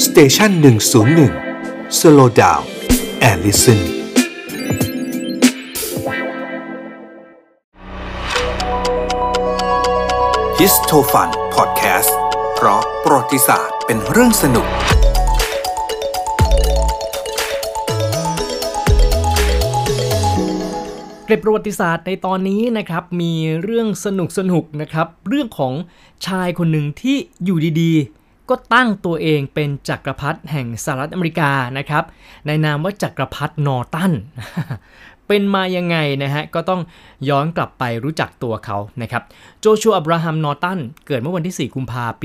สเตชัน101 Slow Down and Listen Histovan Podcast เพราะประวัติศาสตร์เป็นเรื่องสนุกเกร็ดประวัติศาสตร์ในตอนนี้นะครับมีเรื่องสนุกนะครับเรื่องของชายคนหนึ่งที่อยู่ดีๆก็ตั้งตัวเองเป็นจักรพรรดิแห่งสหรัฐอเมริกานะครับในนามว่าจักรพรรดินอร์ตัน เป็นมายังไงนะฮะก็ต้องย้อนกลับไปรู้จักตัวเขานะครับโจชัวอับราฮัมนอร์ตันเกิดเมื่อวันที่4กุมภาพันธ์ปี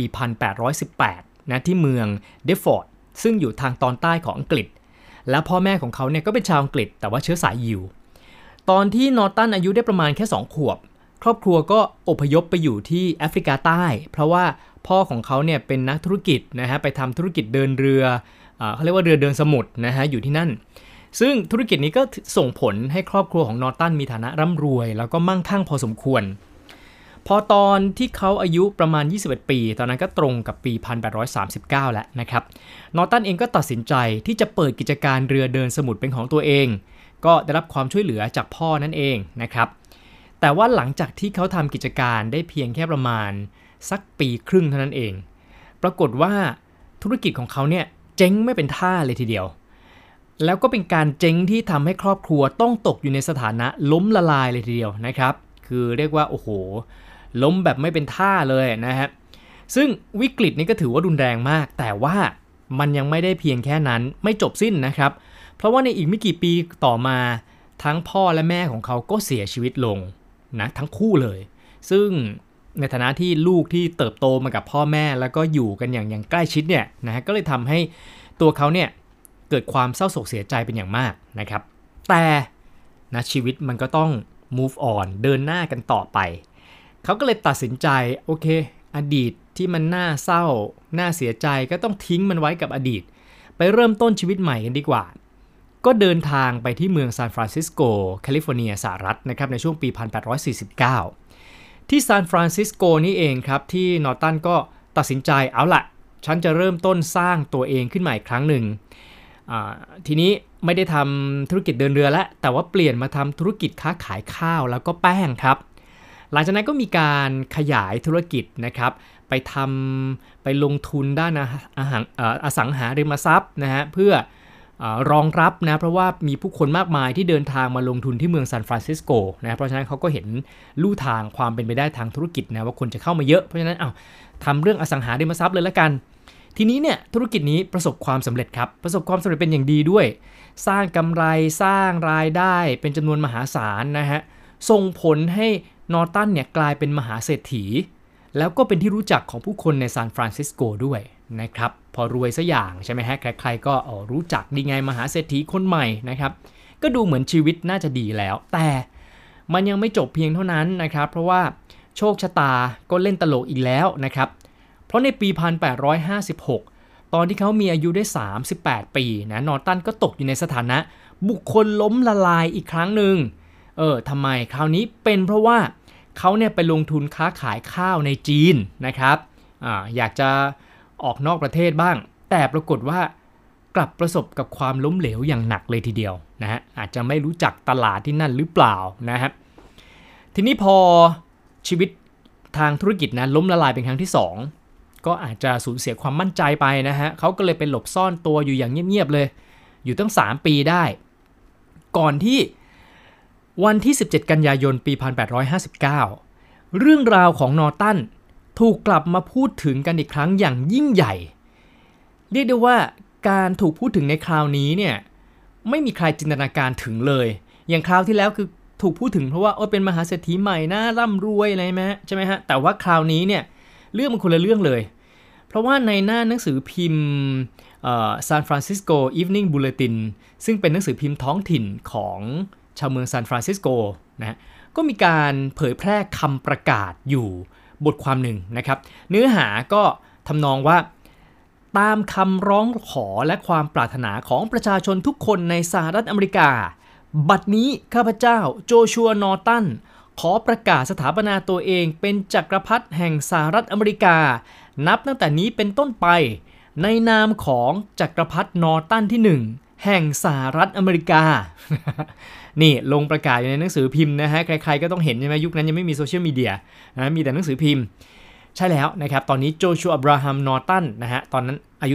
1818นะที่เมืองเดฟฟอร์ดซึ่งอยู่ทางตอนใต้ของอังกฤษและพ่อแม่ของเขาเนี่ยก็เป็นชาวอังกฤษแต่ว่าเชื้อสายยิวตอนที่นอร์ตันอายุได้ประมาณแค่2ขวบครอบครัวก็อพยพไปอยู่ที่แอฟริกาใต้เพราะว่าพ่อของเขาเนี่ยเป็นนักธุรกิจนะฮะไปทำธุรกิจเดินเรือเขาเรียกว่าเรือเดินสมุทรนะฮะอยู่ที่นั่นซึ่งธุรกิจนี้ก็ส่งผลให้ครอบครัวของนอร์ตันมีฐานะร่ำรวยแล้วก็มั่งคั่งพอสมควรพอตอนที่เขาอายุประมาณ21ปีตอนนั้นก็ตรงกับปี1839แล้วนะครับนอร์ตันเองก็ตัดสินใจที่จะเปิดกิจการเรือเดินสมุทรเป็นของตัวเองก็ได้รับความช่วยเหลือจากพ่อนั่นเองนะครับแต่ว่าหลังจากที่เขาทำกิจการได้เพียงแค่ประมาณสักปีครึ่งเท่านั้นเองปรากฏว่าธุรกิจของเขาเนี่ยเจ๊งไม่เป็นท่าเลยทีเดียวแล้วก็เป็นการเจ๊งที่ทำให้ครอบครัวต้องตกอยู่ในสถานะล้มละลายเลยทีเดียวนะครับคือเรียกว่าโอ้โหล้มแบบไม่เป็นท่าเลยนะฮะซึ่งวิกฤตนี้ก็ถือว่ารุนแรงมากแต่ว่ามันยังไม่ได้เพียงแค่นั้นไม่จบสิ้นนะครับเพราะว่าในอีกไม่กี่ปีต่อมาทั้งพ่อและแม่ของเขาก็เสียชีวิตลงนะทั้งคู่เลยซึ่งในฐานะที่ลูกที่เติบโตมากับพ่อแม่แล้วก็อยู่กันอย่างใกล้ชิดเนี่ยนะฮะก็เลยทำให้ตัวเขาเนี่ยเกิดความเศร้าโศกเสียใจเป็นอย่างมากนะครับแต่นะชีวิตมันก็ต้อง move on เดินหน้ากันต่อไปเขาก็เลยตัดสินใจโอเคอดีตที่มันน่าเศร้าน่าเสียใจก็ต้องทิ้งมันไว้กับอดีตไปเริ่มต้นชีวิตใหม่กันดีกว่าก็เดินทางไปที่เมืองซานฟรานซิสโกแคลิฟอร์เนียสหรัฐนะครับในช่วงปี1849ที่ซานฟรานซิสโกนี่เองครับที่นอร์ตันก็ตัดสินใจเอาละฉันจะเริ่มต้นสร้างตัวเองขึ้นใหม่อีกครั้งหนึ่งทีนี้ไม่ได้ทำธุรกิจเดินเรือแล้วแต่ว่าเปลี่ยนมาทำธุรกิจค้าขายข้าวแล้วก็แป้งครับหลังจากนั้นก็มีการขยายธุรกิจนะครับไปลงทุนด้านอสังหาริมทรัพย์นะฮะเพื่อรองรับนะเพราะว่ามีผู้คนมากมายที่เดินทางมาลงทุนที่เมืองซานฟรานซิสโกนะเพราะฉะนั้นเขาก็เห็นลู่ทางความเป็นไปได้ทางธุรกิจนะว่าคนจะเข้ามาเยอะเพราะฉะนั้นทำเรื่องอสังหาริมทรัพย์เลยละกันทีนี้เนี่ยธุรกิจนี้ประสบความสำเร็จครับประสบความสำเร็จเป็นอย่างดีด้วยสร้างกำไรสร้างรายได้เป็นจำนวนมหาศาลนะฮะส่งผลให้นอร์ตันเนี่ยกลายเป็นมหาเศรษฐีแล้วก็เป็นที่รู้จักของผู้คนในซานฟรานซิสโกด้วยนะครับพอรวยซะอย่างใช่ไหมฮะใครๆก็รู้จักดีไงมหาเศรษฐีคนใหม่นะครับก็ดูเหมือนชีวิตน่าจะดีแล้วแต่มันยังไม่จบเพียงเท่านั้นนะครับเพราะว่าโชคชะตาก็เล่นตลกอีกแล้วนะครับเพราะในปี1856ตอนที่เขามีอายุได้38ปีนะนอร์ตันก็ตกอยู่ในสถานะบุคคลล้มละลายอีกครั้งหนึ่งทำไมคราวนี้เป็นเพราะว่าเขาเนี่ยไปลงทุนค้าขายข้าวในจีนนะครับอยากจะออกนอกประเทศบ้างแต่ปรากฏว่ากลับประสบกับความล้มเหลวอย่างหนักเลยทีเดียวนะฮะอาจจะไม่รู้จักตลาดที่นั่นหรือเปล่านะครับทีนี้พอชีวิตทางธุรกิจนะล้มละลายเป็นครั้งที่2ก็อาจจะสูญเสียความมั่นใจไปนะฮะเขาก็เลยไปหลบซ่อนตัวอยู่อย่างเงียบๆเลยอยู่ตั้ง3ปีได้ก่อนที่วันที่17กันยายนปี1859เรื่องราวของนอร์ตันถูกกลับมาพูดถึงกันอีกครั้งอย่างยิ่งใหญ่เรียกได้ว่าการถูกพูดถึงในคราวนี้เนี่ยไม่มีใครจินตนาการถึงเลยอย่างคราวที่แล้วคือถูกพูดถึงเพราะว่าเป็นมหาเศรษฐีใหม่นะร่ำรวยอะไรไหมใช่ไหมฮะแต่ว่าคราวนี้เนี่ยเรื่องมันคนละเรื่องเลยเพราะว่าในหน้าหนังสือพิมพ์San Francisco Evening Bulletin ซึ่งเป็นหนังสือพิมพ์ท้องถิ่นของชาวเมืองซานฟรานซิสโกนะก็มีการเผยแพร่คำประกาศอยู่บทความหนึ่งนะครับเนื้อหาก็ทำนองว่าตามคำร้องขอและความปรารถนาของประชาชนทุกคนในสหรัฐอเมริกาบัดนี้ข้าพเจ้าโจชัวนอร์ตันขอประกาศสถาปนาตัวเองเป็นจักรพรรดิแห่งสหรัฐอเมริกานับตั้งแต่นี้เป็นต้นไปในนามของจักรพรรดินอร์ตันที่1แห่งสหรัฐอเมริกา นี่ลงประกาศอยู่ในหนังสือพิมพ์นะฮะใครๆก็ต้องเห็นใช่ไหมยุคนั้นยังไม่มีโซเชียลมีเดียนะมีแต่หนังสือพิมพ์ใช่แล้วนะครับตอนนี้โจชัวอับราฮัมนอร์ตันนะฮะตอนนั้นอายุ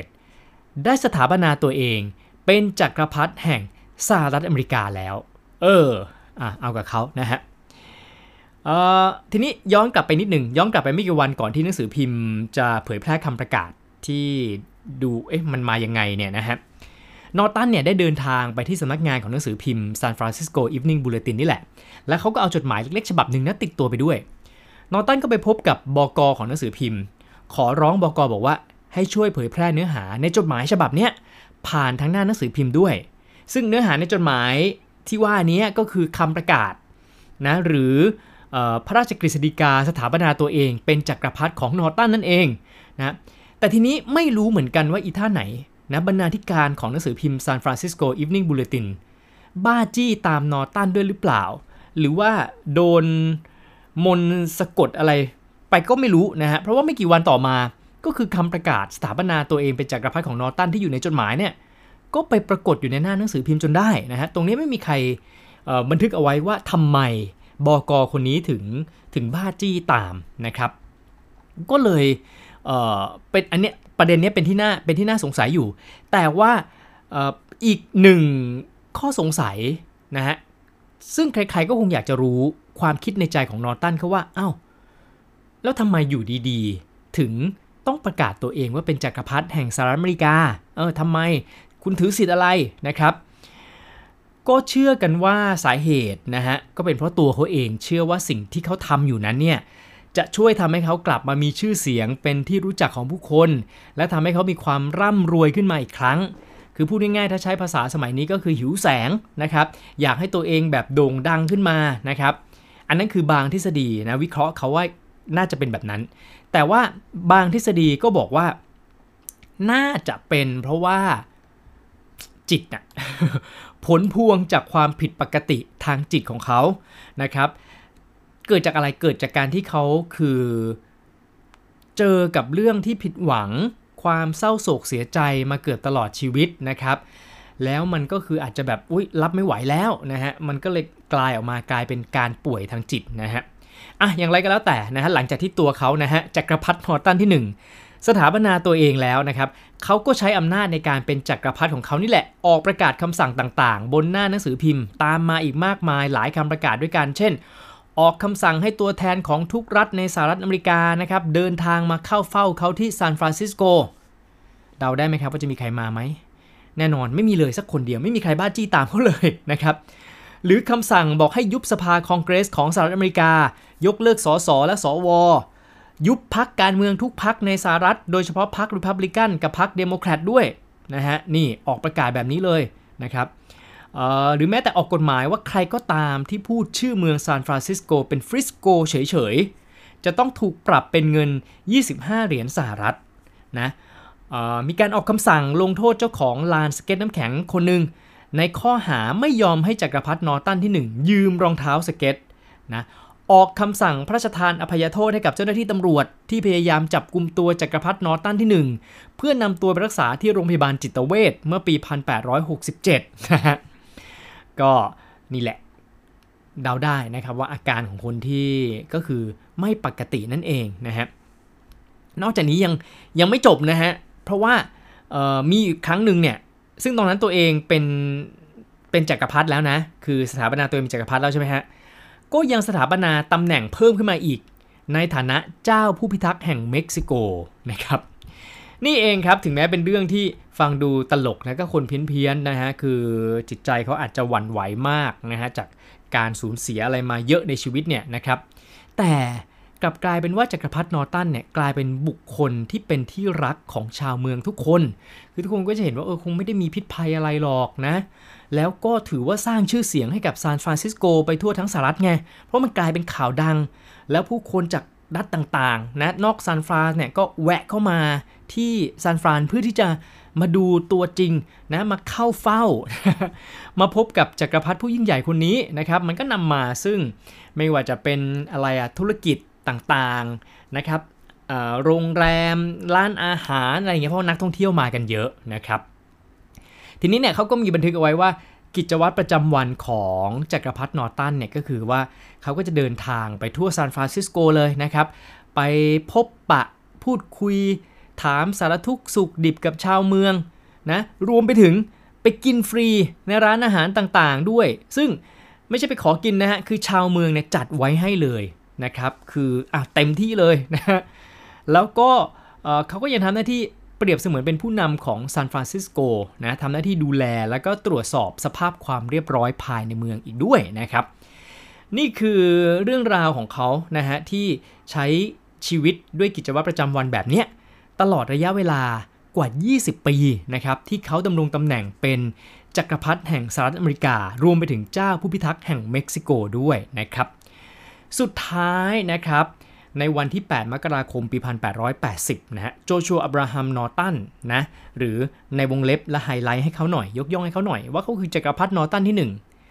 41ได้สถาปนาตัวเองเป็นจักรพรรดิแห่งสหรัฐอเมริกาแล้วเอากับเขานะฮะทีนี้ย้อนกลับไปนิดหนึ่งย้อนกลับไปไม่กี่วันก่อนที่หนังสือพิมพ์จะเผยแพร่คำประกาศที่ดูมันมายังไงเนี่ยนะฮะนอร์ตันเนี่ยได้เดินทางไปที่สำนักงานของหนังสือพิมพ์ San Francisco Evening Bulletin นี่แหละแล้วเขาก็เอาจดหมายเล็กๆฉบับหนึ่งนะติดตัวไปด้วยนอร์ตันก็ไปพบกับบก.ของหนังสือพิมพ์ขอร้องบก.บอกว่าให้ช่วยเผยแพร่เนื้อหาในจดหมายฉบับเนี้ยผ่านทางหน้าหนังสือพิมพ์ด้วยซึ่งเนื้อหาในจดหมายที่ว่านี้ก็คือคำประกาศนะหรือพระราชกฤษฎีกาสถาปนาตัวเองเป็นจักรพรรดิของนอร์ตันนั่นเองนะแต่ทีนี้ไม่รู้เหมือนกันว่าอีท่าไหนนะบรรณาธิการของหนังสือพิมพ์ San Francisco Evening Bulletin บ้าจี้ตามนอร์ตันด้วยหรือเปล่าหรือว่าโดนมนสะกดอะไรไปก็ไม่รู้นะฮะเพราะว่าไม่กี่วันต่อมาก็คือคำประกาศสถาปนาตัวเองเป็นจักรพรรดิของนอร์ตันที่อยู่ในจดหมายเนี่ยก็ไปปรากฏอยู่ในหน้าหนังสือพิมพ์จนได้นะฮะตรงนี้ไม่มีใครบันทึกเอาไว้ว่าทำไมบก.คนนี้ถึงบ้าจี้ตามนะครับก็เลยเป็นอันเนี้ยประเด็นนี้เป็นที่น่าสงสัยอยู่แต่ว่าอีกหนึ่งข้อสงสัยนะฮะซึ่งใครๆก็คงอยากจะรู้ความคิดในใจของนอร์ตันเขาว่าแล้วทำไมอยู่ดีๆถึงต้องประกาศตัวเองว่าเป็นจักรพรรดิแห่งสหรัฐอเมริกาทำไมคุณถือสิทธิ์อะไรนะครับก็เชื่อกันว่าสาเหตุนะฮะก็เป็นเพราะตัวเขาเองเชื่อว่าสิ่งที่เขาทำอยู่นั้นเนี่ยจะช่วยทำให้เขากลับมามีชื่อเสียงเป็นที่รู้จักของผู้คนและทำให้เขามีความร่ำรวยขึ้นมาอีกครั้งคือพูดง่ายๆถ้าใช้ภาษาสมัยนี้ก็คือหิวแสงนะครับอยากให้ตัวเองแบบโด่งดังขึ้นมานะครับอันนั้นคือบางทฤษฎีนะวิเคราะห์เขาว่าน่าจะเป็นแบบนั้นแต่ว่าบางทฤษฎีก็บอกว่าน่าจะเป็นเพราะว่าจิตน่ะ ผลพวงจากความผิดปกติทางจิตของเขานะครับเกิดจากอะไรเกิดจากการที่เขาคือเจอกับเรื่องที่ผิดหวังความเศร้าโศกเสียใจมาเกือบตลอดชีวิตนะครับแล้วมันก็คืออาจจะแบบรับไม่ไหวแล้วนะฮะมันก็เลยกลายเป็นการป่วยทางจิตนะฮะอย่างไรก็แล้วแต่นะฮะหลังจากที่ตัวเขานะฮะจักรพรรดินอร์ตันที่1สถาปนาตัวเองแล้วนะครับเขาก็ใช้อำนาจในการเป็นจักรพรรดิของเขานี่แหละออกประกาศคำสั่งต่างๆบนหน้าหนังสือพิมพ์ตามมาอีกมากมายหลายคำประกาศด้วยกันเช่นออกคำสั่งให้ตัวแทนของทุกรัฐในสหรัฐอเมริกานะครับเดินทางมาเข้าเฝ้าเขาที่ซานฟรานซิสโกเดาได้ไหมครับว่าจะมีใครมาไหมแน่นอนไม่มีเลยสักคนเดียวไม่มีใครบ้าจี้ตามเขาเลยนะครับหรือคำสั่งบอกให้ยุบสภาคองเกรสของสหรัฐอเมริกายกเลิกสสและสวยุบพรรคการเมืองทุกพรรคในสหรัฐโดยเฉพาะพรรครีพับลิกันกับพรรคเดโมแครตด้วยนะฮะนี่ออกประกาศแบบนี้เลยนะครับหรือแม้แต่ออกกฎหมายว่าใครก็ตามที่พูดชื่อเมืองซานฟรานซิสโกเป็นฟริสโกเฉยๆจะต้องถูกปรับเป็นเงิน25เหรียญสหรัฐนะมีการออกคำสั่งลงโทษเจ้าของลานสเก็ตน้ำแข็งคนหนึ่งในข้อหาไม่ยอมให้จักรพรรดินอร์ตันที่1ยืมรองเท้าสเก็ตนะออกคำสั่งพระราชทานอภัยโทษให้กับเจ้าหน้าที่ตำรวจที่พยายามจับกุมตัวจักรพรรดินอร์ตันที่1เพื่อนำตัวไปรักษาที่โรงพยาบาลจิตเวชเมื่อปี1867นะฮะก็นี่แหละเดาได้นะครับว่าอาการของคนที่ก็คือไม่ปกตินั่นเองนะฮะนอกจากนี้ยังไม่จบนะฮะเพราะว่ามีอีกครั้งหนึ่งเนี่ยซึ่งตอนนั้นตัวเองเป็นจักรพรรดิแล้วนะคือสถาปนาตัวเองเป็นจักรพรรดิแล้วใช่ไหมฮะก็ยังสถาปนาตำแหน่งเพิ่มขึ้นมาอีกในฐานะเจ้าผู้พิทักษ์แห่งเม็กซิโกนะครับนี่เองครับถึงแม้เป็นเรื่องที่ฟังดูตลกนะก็คนเพี้ยนๆนะฮะคือจิตใจเขาอาจจะหวั่นไหวมากนะฮะจากการสูญเสียอะไรมาเยอะในชีวิตเนี่ยนะครับแต่กลับกลายเป็นว่าจักรพรรดินอร์ตันเนี่ยกลายเป็นบุคคลที่เป็นที่รักของชาวเมืองทุกคนคือทุกคนก็จะเห็นว่าคงไม่ได้มีพิษภัยอะไรหรอกนะแล้วก็ถือว่าสร้างชื่อเสียงให้กับซานฟรานซิสโกไปทั่วทั้งสหรัฐไงเพราะมันกลายเป็นข่าวดังแล้วผู้คนจากรัฐต่างๆนะนอกซานฟรานเนี่ยก็แวะเข้ามาที่ซานฟรานเพื่อที่จะมาดูตัวจริงนะมาเข้าเฝ้า มาพบกับจักรพรรดิผู้ยิ่งใหญ่คนนี้นะครับมันก็นำมาซึ่งไม่ว่าจะเป็นอะไรธุรกิจต่างๆนะครับโรงแรมร้านอาหารอะไรอย่างเงี้ยเพราะนักท่องเที่ยวมากันเยอะนะครับทีนี้เนี่ยเขาก็มีบันทึกเอาไว้ว่ากิจวัตรประจำวันของจักรพรรดินอร์ตันเนี่ยก็คือว่าเขาก็จะเดินทางไปทั่วซานฟรานซิสโกเลยนะครับไปพบปะพูดคุยถามสารทุกข์สุขดิบกับชาวเมืองนะรวมไปถึงไปกินฟรีในร้านอาหารต่างๆด้วยซึ่งไม่ใช่ไปขอกินนะฮะคือชาวเมืองเนี่ยจัดไว้ให้เลยนะครับคือเต็มที่เลยนะฮะแล้วก็เขาก็ยังทำหน้าที่เปรียบเสมือนเป็นผู้นำของซานฟรานซิสโกนะทำหน้าที่ดูแลแล้วก็ตรวจสอบสภาพความเรียบร้อยภายในเมืองอีกด้วยนะครับนี่คือเรื่องราวของเขานะฮะที่ใช้ชีวิตด้วยกิจวัตรประจำวันแบบนี้ตลอดระยะเวลากว่า20ปีนะครับที่เขาดำรงตำแหน่งเป็นจักรพรรดิแห่งสหรัฐอเมริการวมไปถึงเจ้าผู้พิทักษ์แห่งเม็กซิโกด้วยนะครับสุดท้ายนะครับในวันที่8มกราคมปี1880นะฮะโจชัวอับราฮัมนอร์ตันนะหรือในวงเล็บและไฮไลท์ให้เขาหน่อยยกย่องให้เขาหน่อยว่าเขาคือจักรพรรดินอร์ตันที่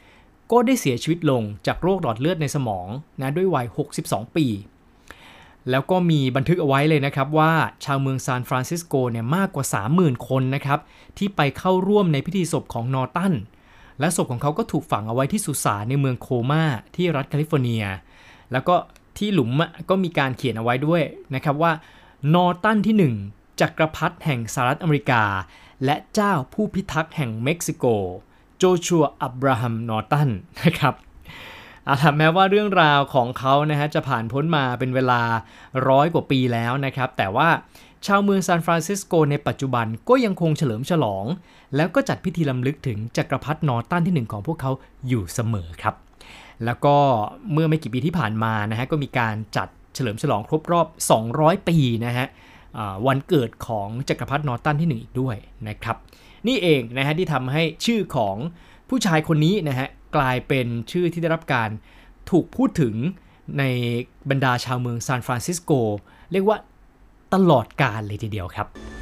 1ก็ได้เสียชีวิตลงจากโรคหลอดเลือดในสมองนะด้วยวัย62ปีแล้วก็มีบันทึกเอาไว้เลยนะครับว่าชาวเมืองซานฟรานซิสโกเนี่ยมากกว่า 30,000 คนนะครับที่ไปเข้าร่วมในพิธีศพของนอร์ตันและศพของเขาก็ถูกฝังเอาไว้ที่สุสานในเมืองโคมาที่รัฐแคลิฟอร์เนียแล้วก็ที่หลุมก็มีการเขียนเอาไว้ด้วยนะครับว่านอร์ตันที่1จักรพรรดิแห่งสหรัฐอเมริกาและเจ้าผู้พิทักษ์แห่งเม็กซิโกโจชัวอับราฮัมนอร์ตันนะครับแม้ว่าเรื่องราวของเขานะฮะจะผ่านพ้นมาเป็นเวลา100 กว่าปีแล้วนะครับแต่ว่าชาวเมืองซานฟรานซิสโกในปัจจุบันก็ยังคงเฉลิมฉลองแล้วก็จัดพิธีรำลึกถึงจักรพรรดินอร์ตันที่1ของพวกเขาอยู่เสมอครับแล้วก็เมื่อไม่กี่ปีที่ผ่านมานะฮะก็มีการจัดเฉลิมฉลองครบรอบ200ปีนะฮะวันเกิดของจักรพรรดินอร์ตันที่1อีกด้วยนะครับนี่เองนะฮะที่ทำให้ชื่อของผู้ชายคนนี้นะฮะกลายเป็นชื่อที่ได้รับการถูกพูดถึงในบรรดาชาวเมืองซานฟรานซิสโกเรียกว่าตลอดกาลเลยทีเดียวครับ